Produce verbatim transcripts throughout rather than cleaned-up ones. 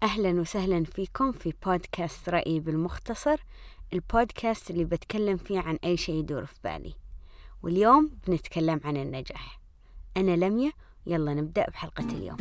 أهلا وسهلا فيكم في بودكاست رأيي بالمختصر، البودكاست اللي بتكلم فيه عن أي شيء يدور في بالي. واليوم بنتكلم عن النجاح. أنا لميا، يلا نبدأ بحلقة اليوم.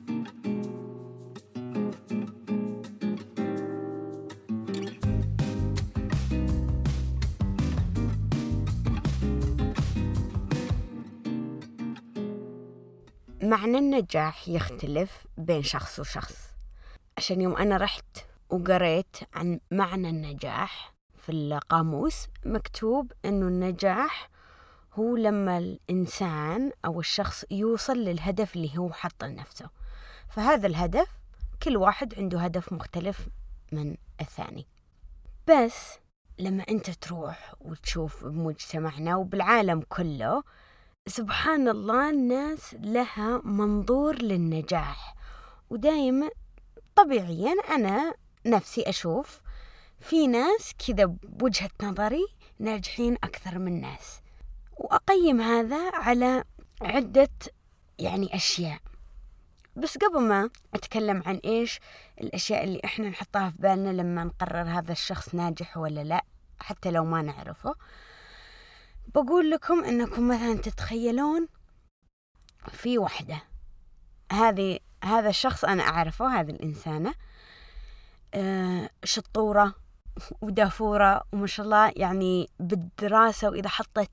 معنى النجاح يختلف بين شخص وشخص. عشان يوم أنا رحت وقريت عن معنى النجاح في القاموس مكتوب إنه النجاح هو لما الإنسان أو الشخص يوصل للهدف اللي هو حط لنفسه. فهذا الهدف كل واحد عنده هدف مختلف من الثاني. بس لما أنت تروح وتشوف بمجتمعنا وبالعالم كله، سبحان الله الناس لها منظور للنجاح. ودايما طبيعيا أنا نفسي أشوف في ناس كذا بوجهة نظري ناجحين أكثر من ناس، وأقيم هذا على عدة يعني أشياء. بس قبل ما أتكلم عن إيش الأشياء اللي إحنا نحطها في بالنا لما نقرر هذا الشخص ناجح ولا لا، حتى لو ما نعرفه، بقول لكم إنكم مثلا تتخيلون في وحدة، هذه هذا الشخص أنا أعرفه، هذه الإنسانة آه شطورة ودافورة وما شاء الله يعني بالدراسة، وإذا حطت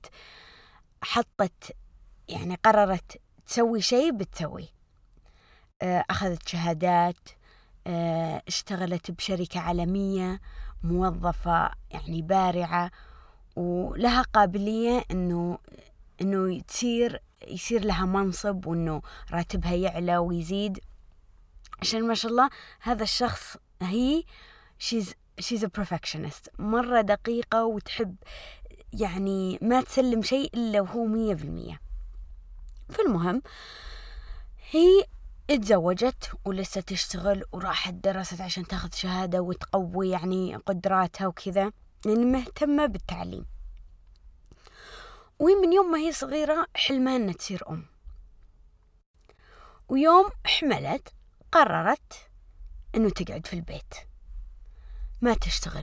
حطت يعني قررت تسوي شيء بتسوي. آه أخذت شهادات، آه اشتغلت بشركة عالمية، موظفة يعني بارعة، ولها قابلية إنه إنه تصير يصير لها منصب، وإنه راتبها يعلى ويزيد، عشان ما شاء الله هذا الشخص هي she's she's a perfectionist، مرة دقيقة وتحب يعني ما تسلم شيء إلا وهو مية بالمية. فالمهم هي اتزوجت ولسه تشتغل وراحت درست عشان تاخذ شهادة وتقوي يعني قدراتها وكذا، يعني مهتمة بالتعليم. ومن يوم ما هي صغيرة حلمها أنها تصير أم، ويوم حملت قررت أنه تقعد في البيت ما تشتغل.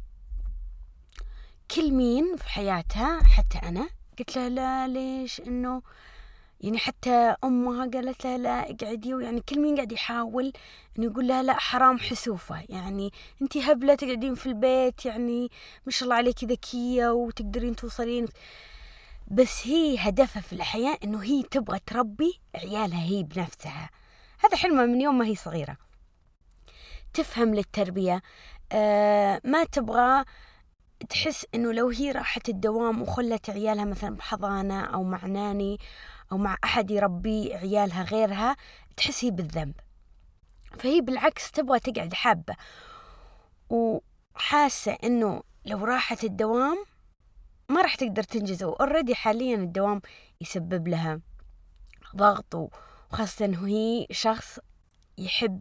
كل مين في حياتها حتى أنا قلت لها لا، ليش؟ إنه يعني حتى أمها قالت لها لا اقعدي، ويعني كل مين قاعد يحاول إنه يقول لها لا حرام حسوفة، يعني أنتي هبلة تقعدين في البيت، يعني ما شاء الله عليك ذكية وتقدرين توصلين. بس هي هدفها في الحياة إنه هي تبغى تربي عيالها هي بنفسها، هذا حلمها من يوم ما هي صغيرة. تفهم للتربية، آه ما تبغى تحس إنه لو هي راحت الدوام وخلت عيالها مثلا بحضانة أو مع ناني أو مع أحد يربي عيالها غيرها تحس هي بالذنب. فهي بالعكس تبغى تقعد حابة، وحاسة إنه لو راحت الدوام ما راح تقدر تنجز. وأوريدي حاليا الدوام يسبب لها ضغط، وخاصة إنه هي شخص يحب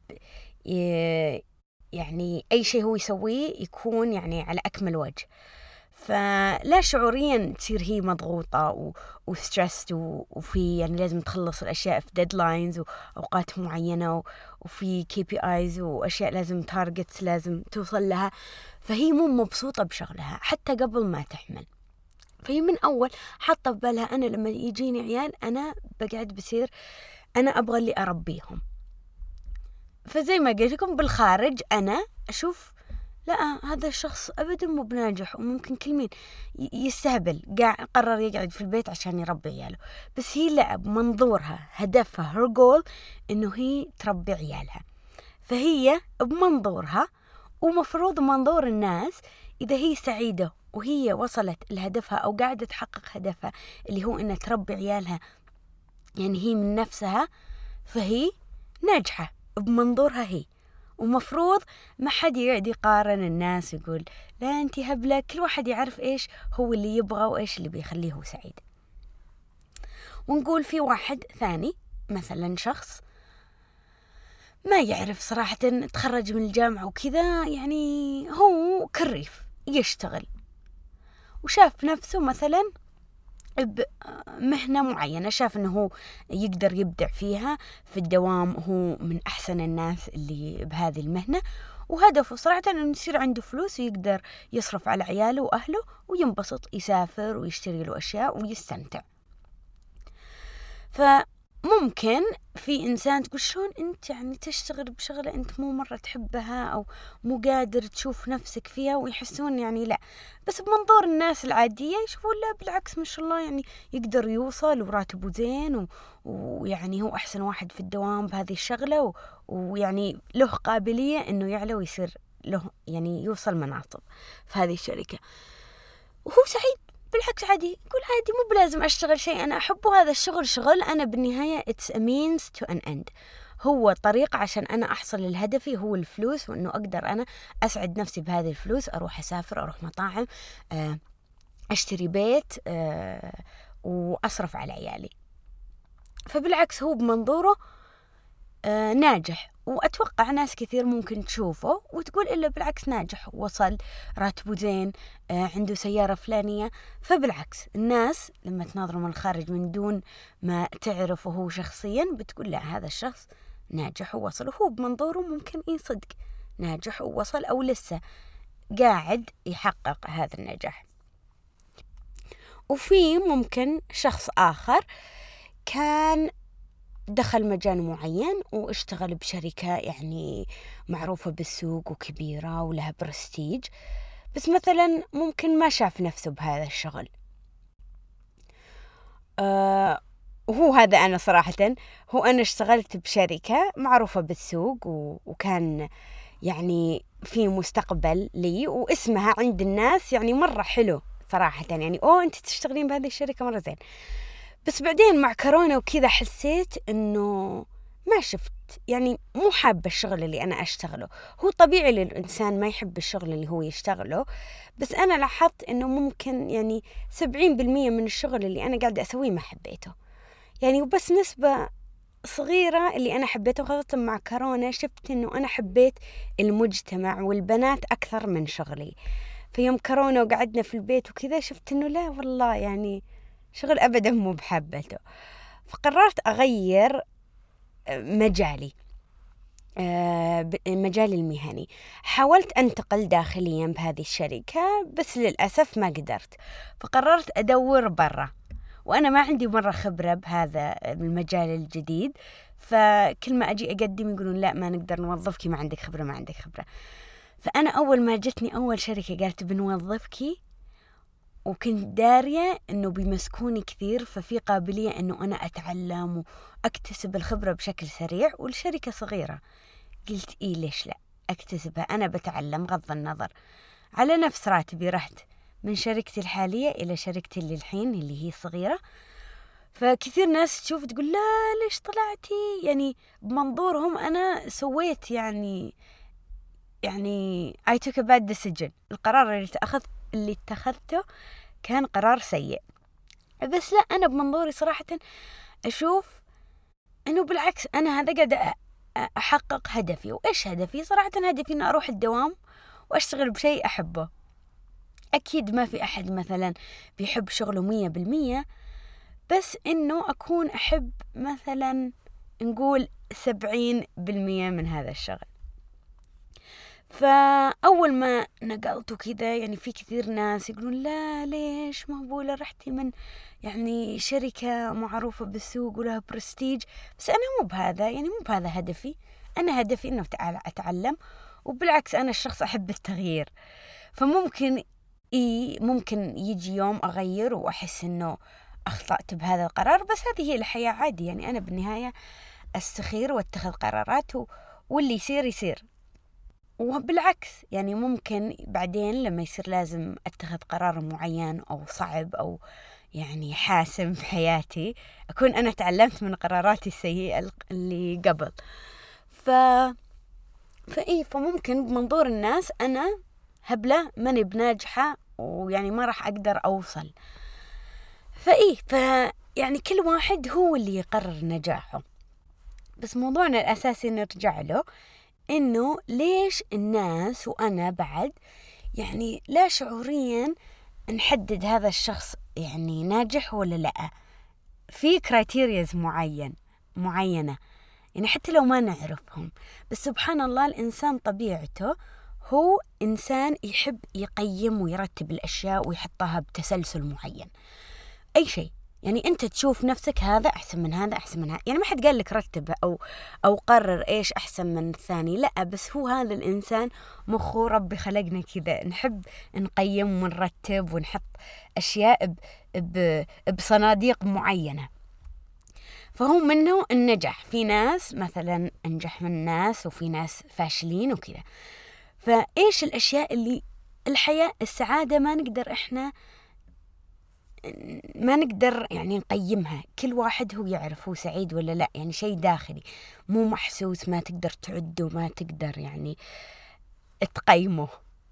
يعني أي شيء هو يسويه يكون يعني على أكمل وجه. فلا شعوريا تصير هي مضغوطة وستريسد، وفي يعني لازم تخلص الأشياء في ديدلاينز وأوقات معينة، وفي كي بي آيز وأشياء لازم تارجتس لازم توصل لها. فهي مو مبسوطة بشغلها حتى قبل ما تحمل. فهي من أول حاطة في بالها أنا لما يجيني عيال أنا بقعد بصير أنا أبغى اللي أربيهم. فزي ما قلت لكم بالخارج أنا أشوف لا، هذا الشخص أبدا مو بناجح، وممكن كل مين يستهبل قاعد قرر يقعد في البيت عشان يربي عياله. بس هي لا، بمنظورها هدفها her goal إنه هي تربي عيالها. فهي بمنظورها ومفروض منظور الناس إذا هي سعيدة وهي وصلت لهدفها أو قاعدة تحقق هدفها اللي هو إنها تربي عيالها، يعني هي من نفسها، فهي ناجحة بمنظورها هي. ومفروض ما حد يقعد يقارن الناس ويقول لا أنتي هبلة. كل واحد يعرف إيش هو اللي يبغى وإيش اللي بيخليه هو سعيد. ونقول في واحد ثاني مثلا شخص ما يعرف صراحة، تخرج من الجامعة وكذا، يعني هو كريف يشتغل، وشاف نفسه مثلا بمهنة معينة شاف أنه هو يقدر يبدع فيها في الدوام، هو من أحسن الناس اللي بهذه المهنة، وهدفه صراحة أنه يصير عنده فلوس ويقدر يصرف على عياله وأهله وينبسط، يسافر ويشتري له أشياء ويستمتع. فممكن في إنسان تقول شلون أنت يعني تشتغل بشغلة أنت مو مرة تحبها أو مو قادر تشوف نفسك فيها، ويحسون يعني لا، بس بمنظور الناس العادية يشوفون لا بالعكس ما شاء الله يعني يقدر يوصل وراتبه زين و... ويعني هو أحسن واحد في الدوام بهذه الشغلة و... ويعني له قابلية أنه يعلى ويصير له يعني يوصل مناصب في هذه الشركة وهو سعيد. بالعكس عادي يقول عادي مو بلازم أشتغل شيء أنا أحبه، هذا الشغل شغل، أنا بالنهاية it's a means to an end، هو طريقة عشان أنا أحصل لهدفي هو الفلوس، وأنه أقدر أنا أسعد نفسي بهذه الفلوس، أروح أسافر، أروح مطاعم، أشتري بيت، وأصرف على عيالي. فبالعكس هو بمنظوره ناجح، وأتوقع ناس كثير ممكن تشوفه وتقول إلا بالعكس ناجح، وصل راتبه زين، عنده سيارة فلانية. فبالعكس الناس لما تناظره من الخارج من دون ما تعرفه هو شخصيا بتقول لا هذا الشخص ناجح ووصل، وهو بمنظوره ممكن إيه صدق ناجح ووصل أو لسه قاعد يحقق هذا النجاح. وفي ممكن شخص آخر كان دخل مجال معين واشتغل بشركة يعني معروفة بالسوق وكبيرة ولها برستيج، بس مثلا ممكن ما شاف نفسه بهذا الشغل. أه وهو هذا أنا صراحة، هو أنا اشتغلت بشركة معروفة بالسوق وكان يعني في مستقبل لي واسمها عند الناس يعني مرة حلو صراحة، يعني أوه أنت تشتغلين بهذه الشركة مرة زين. بس بعدين مع كورونا وكذا حسيت إنه ما شفت يعني مو حابة الشغل اللي أنا أشتغله. هو طبيعي للإنسان ما يحب الشغل اللي هو يشتغله، بس أنا لاحظت إنه ممكن يعني سبعين بالمية من الشغل اللي أنا قاعدة أسويه ما حبيته يعني، وبس نسبة صغيرة اللي أنا حبيته. خاصة مع كورونا شفت إنه أنا حبيت المجتمع والبنات أكثر من شغلي. في يوم كورونا وقعدنا في البيت وكذا شفت إنه لا والله يعني شغل أبدا مو بحبته، فقررت أغير مجالي، مجالي المهني. حاولت أنتقل داخليا بهذه الشركة بس للأسف ما قدرت، فقررت أدور برا، وأنا ما عندي مرة خبرة بهذا المجال الجديد، فكل ما أجي أقدم يقولون لا ما نقدر نوظفك، ما عندك خبرة ما عندك خبرة. فأنا أول ما جتني أول شركة قالت بنوظفك، وكنت دارية أنه بيمسكوني كثير، ففي قابلية أنه أنا أتعلم وأكتسب الخبرة بشكل سريع، والشركة صغيرة. قلت إيه ليش لا أكتسبها، أنا بتعلم غض النظر على نفس راتبي. رحت من شركتي الحالية إلى شركتي اللي الحين اللي هي صغيرة. فكثير ناس تشوف تقول لا ليش طلعتي، يعني بمنظورهم أنا سويت يعني يعني I took a bad decision، القرار اللي أخذ اللي اتخذته كان قرار سيء. بس لا، أنا بمنظوري صراحة أشوف أنه بالعكس أنا هذا قاعد أحقق هدفي. وإيش هدفي؟ صراحة هدفي أن أروح الدوام وأشتغل بشيء أحبه. أكيد ما في أحد مثلا بيحب شغله مية بالمية، بس إنه أكون أحب مثلا نقول سبعين بالمية من هذا الشغل. فأول ما نقلت كذا يعني في كثير ناس يقولون لا ليش مهبولة رحتي من يعني شركة معروفة بالسوق ولها برستيج. بس أنا مو بهذا، يعني مو بهذا هدفي. أنا هدفي إنه أتعلم، وبالعكس أنا الشخص أحب التغيير. فممكن إيه ممكن يجي يوم أغير وأحس إنه أخطأت بهذا القرار، بس هذه هي الحياة عادي. يعني أنا بالنهاية أستخير واتخذ قرارات واللي يصير يصير. وبالعكس يعني ممكن بعدين لما يصير لازم أتخذ قرار معين أو صعب أو يعني حاسم في حياتي، أكون أنا تعلمت من قراراتي السيئة اللي قبل. ف... فإيه فممكن بمنظور الناس أنا هبلة ماني بناجحة ويعني ما راح أقدر أوصل. فإيه ف يعني كل واحد هو اللي يقرر نجاحه. بس موضوعنا الأساسي نرجع له، إنه ليش الناس وأنا بعد يعني لا شعوريا نحدد هذا الشخص يعني ناجح ولا لا؟ في كرايتيرياز معين معينة يعني حتى لو ما نعرفهم، بس سبحان الله الإنسان طبيعته هو إنسان يحب يقيم ويرتب الأشياء ويحطها بتسلسل معين. أي شيء يعني أنت تشوف نفسك هذا أحسن من هذا أحسن من هذا، يعني ما حد قال لك رتب أو أو قرر إيش أحسن من الثاني، لا، بس هو هذا الإنسان مخه ربي خلقنا كذا، نحب نقيم ونرتب ونحط أشياء ب ب بصناديق معينة. فهو منه النجاح، في ناس مثلا أنجح من ناس وفي ناس فاشلين وكذا. فإيش الأشياء اللي الحياة السعادة ما نقدر إحنا ما نقدر يعني نقيمها، كل واحد هو يعرف هو سعيد ولا لا، يعني شيء داخلي مو محسوس، ما تقدر تعده، ما تقدر يعني تقيمه.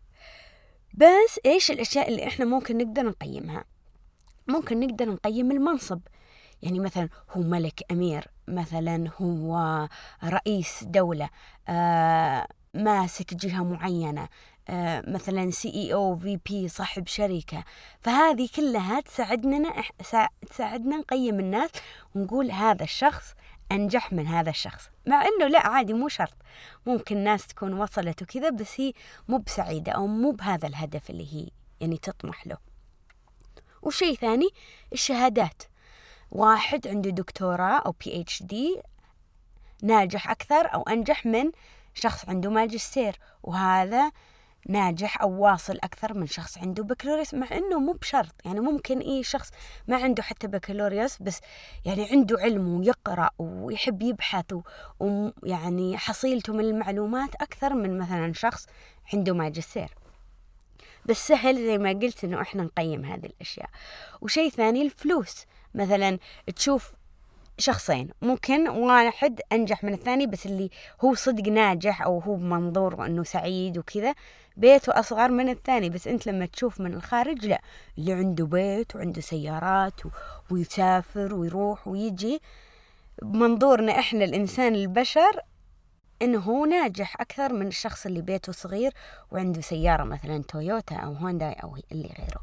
بس إيش الأشياء اللي إحنا ممكن نقدر نقيمها؟ ممكن نقدر نقيم المنصب، يعني مثلا هو ملك أمير، مثلا هو رئيس دولة، آه ماسك جهة معينة، آه مثلا سي إي أو في بي صاحب شركة. فهذه كلها تساعدنا تساعدنا نقيم الناس ونقول هذا الشخص أنجح من هذا الشخص، مع أنه لا، عادي، مو شرط، ممكن ناس تكون وصلت وكذا بس هي مو بسعيدة أو مو بهذا الهدف اللي هي يعني تطمح له. وشيء ثاني الشهادات، واحد عنده دكتوراه أو بي اتش دي ناجح أكثر أو أنجح من شخص عنده ماجستير، وهذا ناجح أو واصل أكثر من شخص عنده بكالوريوس، مع أنه مو بشرط، يعني ممكن إيه شخص ما عنده حتى بكالوريوس بس يعني عنده علم ويقرأ ويحب يبحث ويعني حصيلته من المعلومات أكثر من مثلا شخص عنده ماجستير. بس سهل زي ما قلت إنه إحنا نقيم هذه الأشياء. وشيء ثاني الفلوس، مثلا تشوف شخصين ممكن واحد أنجح من الثاني بس اللي هو صدق ناجح أو هو بمنظور أنه سعيد وكذا بيته أصغر من الثاني، بس أنت لما تشوف من الخارج لا، اللي عنده بيت وعنده سيارات ويسافر ويروح ويجي، بمنظورنا إحنا الإنسان البشر إنه هو ناجح أكثر من الشخص اللي بيته صغير وعنده سيارة مثلا تويوتا أو هونداي أو اللي غيره.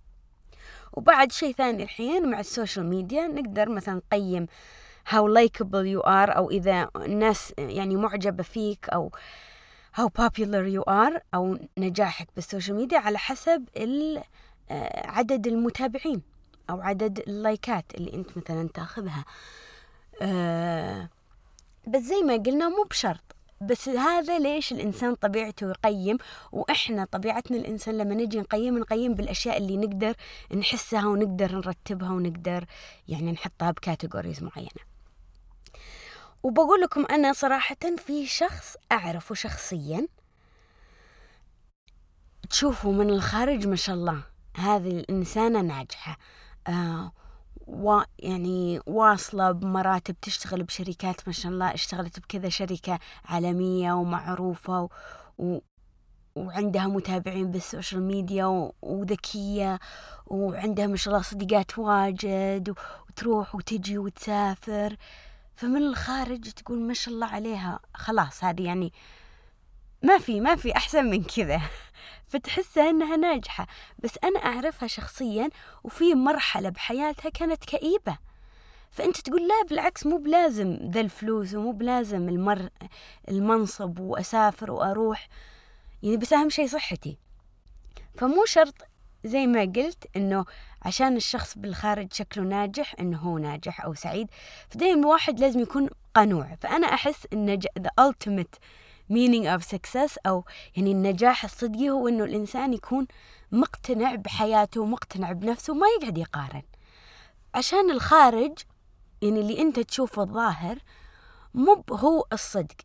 وبعد شيء ثاني الحين مع السوشيال ميديا نقدر مثلا نقيم how likable you are، أو إذا الناس يعني معجبة فيك، أو how popular you are، أو نجاحك بالسوشيال ميديا على حسب عدد المتابعين أو عدد اللايكات اللي أنت مثلا تاخذها. أه بس زي ما قلنا مو بشرط، بس هذا ليش الإنسان طبيعته يقيم، وإحنا طبيعتنا الإنسان لما نجي نقيم نقيم بالأشياء اللي نقدر نحسها ونقدر نرتبها ونقدر يعني نحطها بكاتيجوريز معينة. وبقول لكم أنا صراحة في شخص أعرفه شخصيا تشوفه من الخارج ما شاء الله هذه الإنسانة ناجحة، آه ويعني واصلة بمراتب، تشتغل بشركات ما شاء الله، اشتغلت بكذا شركة عالمية ومعروفة و... وعندها متابعين بالسوشيال ميديا و... وذكية، وعندها ما شاء الله صديقات واجد و... وتروح وتجي وتسافر. فمن الخارج تقول ما شاء الله عليها، خلاص هذه يعني ما في ما في أحسن من كذا فتحسها أنها ناجحة. بس أنا أعرفها شخصيا وفي مرحلة بحياتها كانت كئيبة، فأنت تقول لا بالعكس، مو بلازم ذا الفلوس ومو بلازم المر المنصب وأسافر وأروح، يعني بس أهم شيء صحتي. فمو شرط زي ما قلت إنه عشان الشخص بالخارج شكله ناجح إنه هو ناجح أو سعيد، فدايما الواحد لازم يكون قنوع. فأنا أحس إن the ultimate meaning of success أو يعني النجاح الصدقي هو إنه الإنسان يكون مقتنع بحياته ومقتنع بنفسه وما يقعد يقارن، عشان الخارج يعني اللي أنت تشوفه الظاهر مو هو الصدق.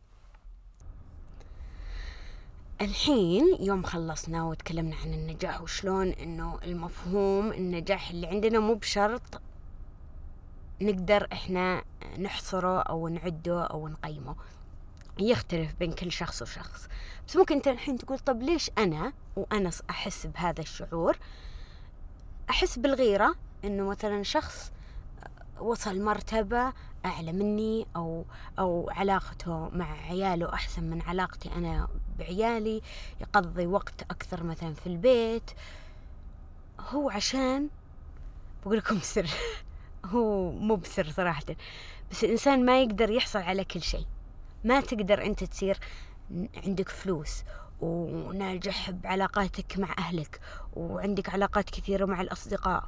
الحين يوم خلصنا وتكلمنا عن النجاح وشلون إنه المفهوم النجاح اللي عندنا مو بشرط نقدر إحنا نحصره أو نعده أو نقيمه، يختلف بين كل شخص وشخص. بس ممكن أنت الحين تقول طب ليش أنا وأنا أحس بهذا الشعور؟ أحس بالغيرة إنه مثلا شخص وصل مرتبة أعلى مني، أو أو علاقته مع عياله أحسن من علاقتي أنا بعيالي، يقضي وقت أكثر مثلا في البيت، هو عشان بقول لكم سر هو مو بسر صراحة، بس الإنسان ما يقدر يحصل على كل شيء. ما تقدر أنت تصير عندك فلوس وناجح بعلاقاتك مع أهلك وعندك علاقات كثيرة مع الأصدقاء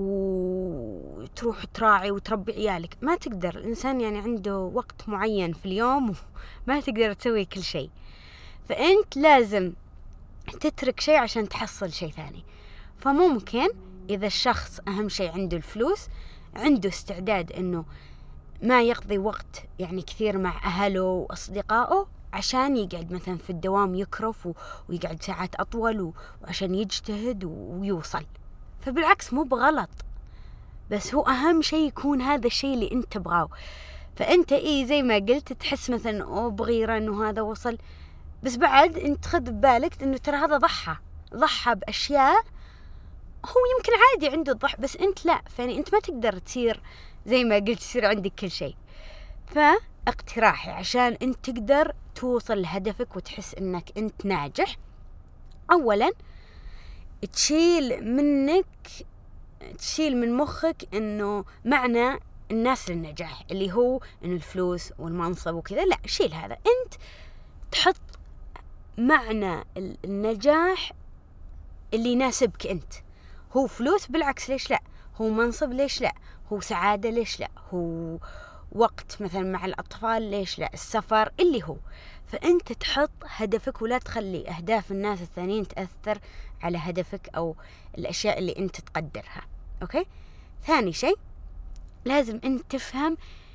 وتروح تراعي وتربي عيالك. ما تقدر، الإنسان يعني عنده وقت معين في اليوم وما تقدر تسوي كل شيء. فأنت لازم تترك شيء عشان تحصل شيء ثاني. فممكن إذا الشخص أهم شيء عنده الفلوس، عنده استعداد أنه ما يقضي وقت يعني كثير مع أهله وأصدقائه عشان يقعد مثلا في الدوام يكرف ويقعد ساعات أطول وعشان يجتهد ويوصل. فبالعكس مو بغلط، بس هو أهم شيء يكون هذا الشيء اللي أنت تبغاه. فأنت إيه زي ما قلت تحس مثلا أو بغيرة أنه هذا وصل، بس بعد أنت خذ ببالك أنه ترى هذا ضحى ضحى بأشياء هو يمكن عادي عنده الضحى، بس أنت لا. فيعني أنت ما تقدر تصير زي ما قلت تصير عندك كل شيء. فاقتراحي عشان أنت تقدر توصل لهدفك وتحس أنك أنت ناجح، أولا تشيل منك تشيل من مخك أنه معنى الناس للنجاح اللي هو أنه الفلوس والمنصب وكذا. لا، شيل هذا. أنت تحط معنى النجاح اللي يناسبك أنت. هو فلوس؟ بالعكس ليش لا. هو منصب؟ ليش لا. هو سعادة؟ ليش لا. هو وقت مثلا مع الأطفال؟ ليش لا. السفر اللي هو. فأنت تحط هدفك ولا تخلي أهداف الناس الثانيين تأثر على هدفك أو الأشياء اللي أنت تقدرها. أوكي. ثاني شيء لازم أنت تفهم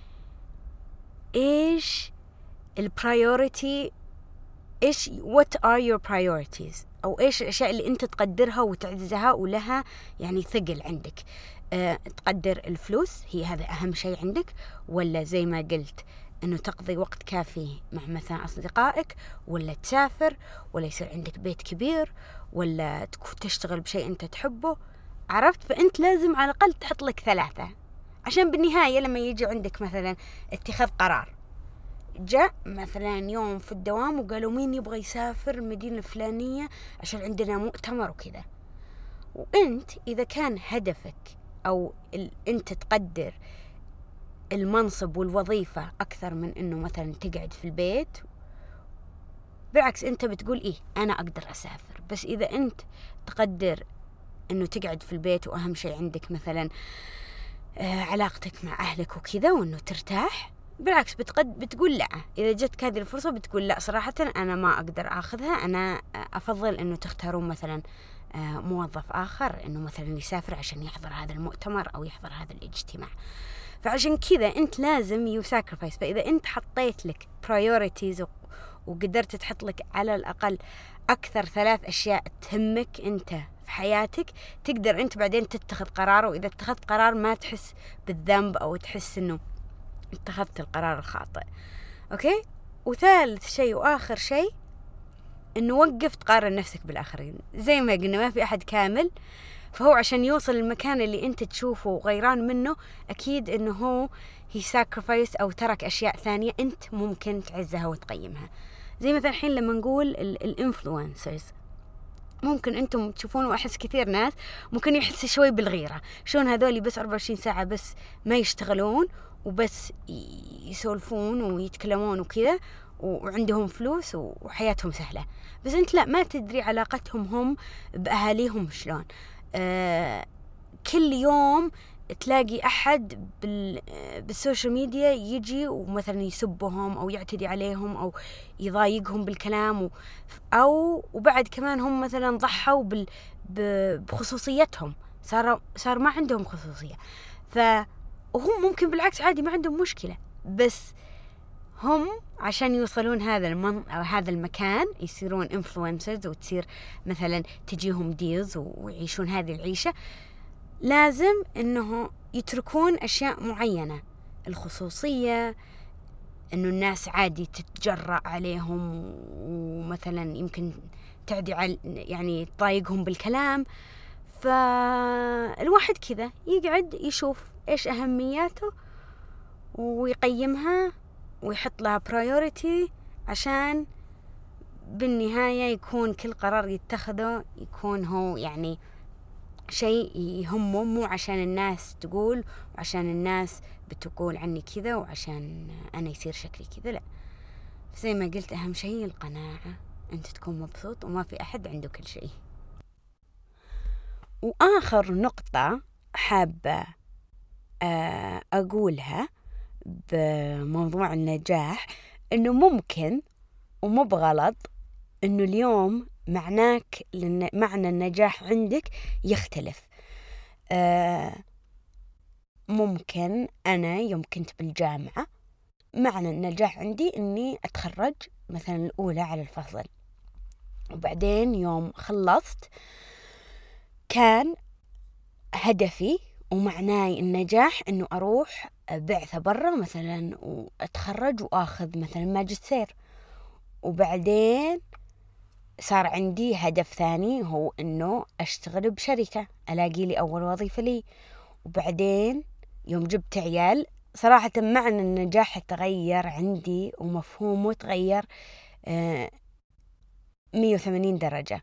إيش البرايوريتي، إيش what are your priorities، أو إيش الأشياء اللي أنت تقدرها وتعزها ولها يعني ثقل عندك. أه تقدر الفلوس هي هذا أهم شيء عندك، ولا زي ما قلت أنه تقضي وقت كافي مع مثلا أصدقائك، ولا تسافر، ولا يصير عندك بيت كبير، ولا تشتغل بشيء أنت تحبه. عرفت؟ فأنت لازم على الأقل تحط لك ثلاثة عشان بالنهاية لما يجي عندك مثلا اتخاذ قرار، جاء مثلا يوم في الدوام وقالوا مين يبغى يسافر المدينة الفلانية عشان عندنا مؤتمر وكذا، وانت اذا كان هدفك او ال... انت تقدر المنصب والوظيفة اكثر من انه مثلا تقعد في البيت، بالعكس انت بتقول ايه انا اقدر اسافر. بس اذا انت تقدر انه تقعد في البيت واهم شيء عندك مثلا آه علاقتك مع اهلك وكذا وانه ترتاح، بالعكس بتقد بتقول لا. إذا جتك هذه الفرصة بتقول لا صراحة أنا ما أقدر أخذها، أنا أفضل أنه تختارون مثلا موظف آخر أنه مثلا يسافر عشان يحضر هذا المؤتمر أو يحضر هذا الاجتماع. فعشان كذا أنت لازم you sacrifice. فإذا أنت حطيت لك priorities وقدرت تحط لك على الأقل أكثر ثلاث أشياء تهمك أنت في حياتك، تقدر أنت بعدين تتخذ قرار، وإذا اتخذت قرار ما تحس بالذنب أو تحس أنه اتخذت القرار الخاطئ. أوكي. وثالث شيء وآخر شيء إنه وقف تقارن نفسك بالآخرين. زي ما قلنا ما في أحد كامل، فهو عشان يوصل المكان اللي أنت تشوفه غيران منه أكيد إنه هو he sacrifice أو ترك أشياء ثانية أنت ممكن تعزها وتقيمها. زي مثلا الحين لما نقول الانفلونسرز، ممكن أنتم تشوفون وأحس كثير ناس ممكن يحس شوي بالغيرة، شلون هذولي بس أربعة وعشرين ساعة بس ما يشتغلون وبس يسولفون ويتكلمون وكذا وعندهم فلوس وحياتهم سهلة. بس أنت لا، ما تدري علاقتهم هم بأهاليهم شلون. آه كل يوم تلاقي أحد بال بالسوشيال ميديا يجي ومثلا يسبهم أو يعتدي عليهم أو يضايقهم بالكلام و أو وبعد كمان هم مثلا ضحوا بال بخصوصيتهم، صار صار ما عندهم خصوصية. ف وهم ممكن بالعكس عادي ما عندهم مشكلة، بس هم عشان يوصلون هذا المن... أو هذا المكان يصيرون إنفلونسرز وتصير مثلا تجيهم ديلز ويعيشون هذه العيشة، لازم إنه يتركون أشياء معينة. الخصوصية، إنه الناس عادي تتجرأ عليهم ومثلا يمكن تعدي على يعني تضايقهم بالكلام. فالواحد كذا يقعد يشوف إيش أهمياته ويقيمها ويحط لها priority عشان بالنهاية يكون كل قرار يتخذه يكون هو يعني شيء يهمه، مو عشان الناس تقول وعشان الناس بتقول عني كذا وعشان أنا يصير شكلي كذا. لا، زي ما قلت أهم شيء القناعة، أنت تكون مبسوط وما في أحد عنده كل شيء. وآخر نقطة حابة أقولها بموضوع النجاح، إنه ممكن ومو بغلط إنه اليوم معناك لن... معنى النجاح عندك يختلف. آه ممكن أنا يوم كنت بالجامعة معنى النجاح عندي إني أتخرج مثلا الأولى على الفصل، وبعدين يوم خلصت كان هدفي ومعناي النجاح إنه أروح بعثة برا مثلا وأتخرج وأخذ مثلا ماجستير. وبعدين صار عندي هدف ثاني هو إنه أشتغل بشركة، ألاقي لي أول وظيفة لي. وبعدين يوم جبت عيال صراحة معنى النجاح تغير عندي ومفهومه تغير آه مية وثمانين درجة.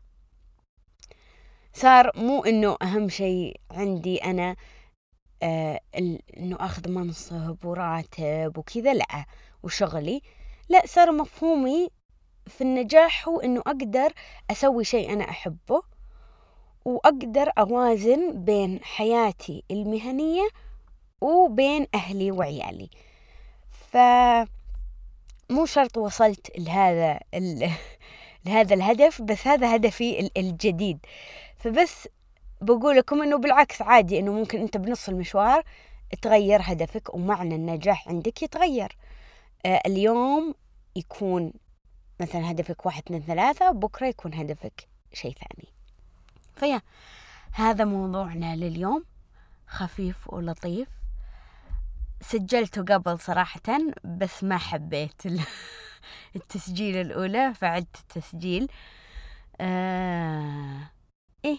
صار مو إنه أهم شيء عندي أنا آه إنه أخذ منصب وراتب وكذا، لأ، وشغلي، لأ، صار مفهومي في النجاح هو إنه أقدر أسوي شيء أنا أحبه وأقدر أوازن بين حياتي المهنية وبين أهلي وعيالي. فمو شرط وصلت لهذا لهذا الهدف، بس هذا هدفي الجديد. فبس بقول لكم إنه بالعكس عادي، إنه ممكن أنت بنص المشوار تغير هدفك ومعنى النجاح عندك يتغير. آه اليوم يكون مثلا هدفك واحد اثنين ثلاثة، بكرة يكون هدفك شيء ثاني. فيا هذا موضوعنا لليوم، خفيف ولطيف. سجلته قبل صراحة بس ما حبيت التسجيل الأولى، فعلت التسجيل. آه إيه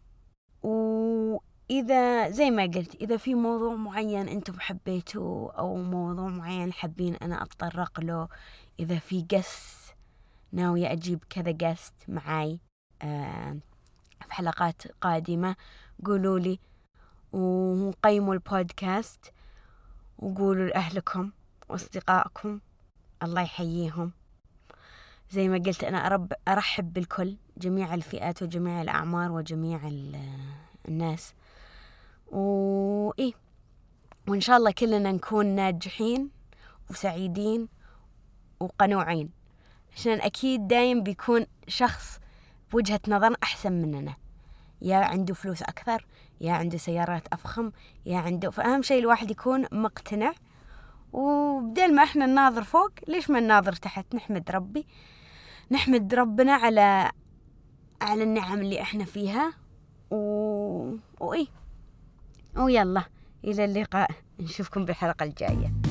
وإذا زي ما قلت إذا في موضوع معين أنتم حبيتوه أو موضوع معين حابين أنا أتطرق له، إذا في قس ناوية أجيب كذا قست معاي آه في حلقات قادمة، قولوا لي وقيموا البودكاست وقولوا لأهلكم وأصدقائكم الله يحييهم. زي ما قلت أنا أرب أرحب بالكل، جميع الفئات وجميع الأعمار وجميع الناس، وإيه وإن شاء الله كلنا نكون ناجحين وسعيدين وقنوعين، عشان أكيد دايم بيكون شخص بوجهة نظر أحسن مننا، يا عنده فلوس أكثر، يا عنده سيارات أفخم، يا عنده، فأهم شيء الواحد يكون مقتنع. وبدل ما إحنا نناظر فوق، ليش ما نناظر تحت؟ نحمد ربي، نحمد ربنا على على النعم اللي إحنا فيها. و... وإيه ويلا إلى اللقاء، نشوفكم بالحلقة الجاية.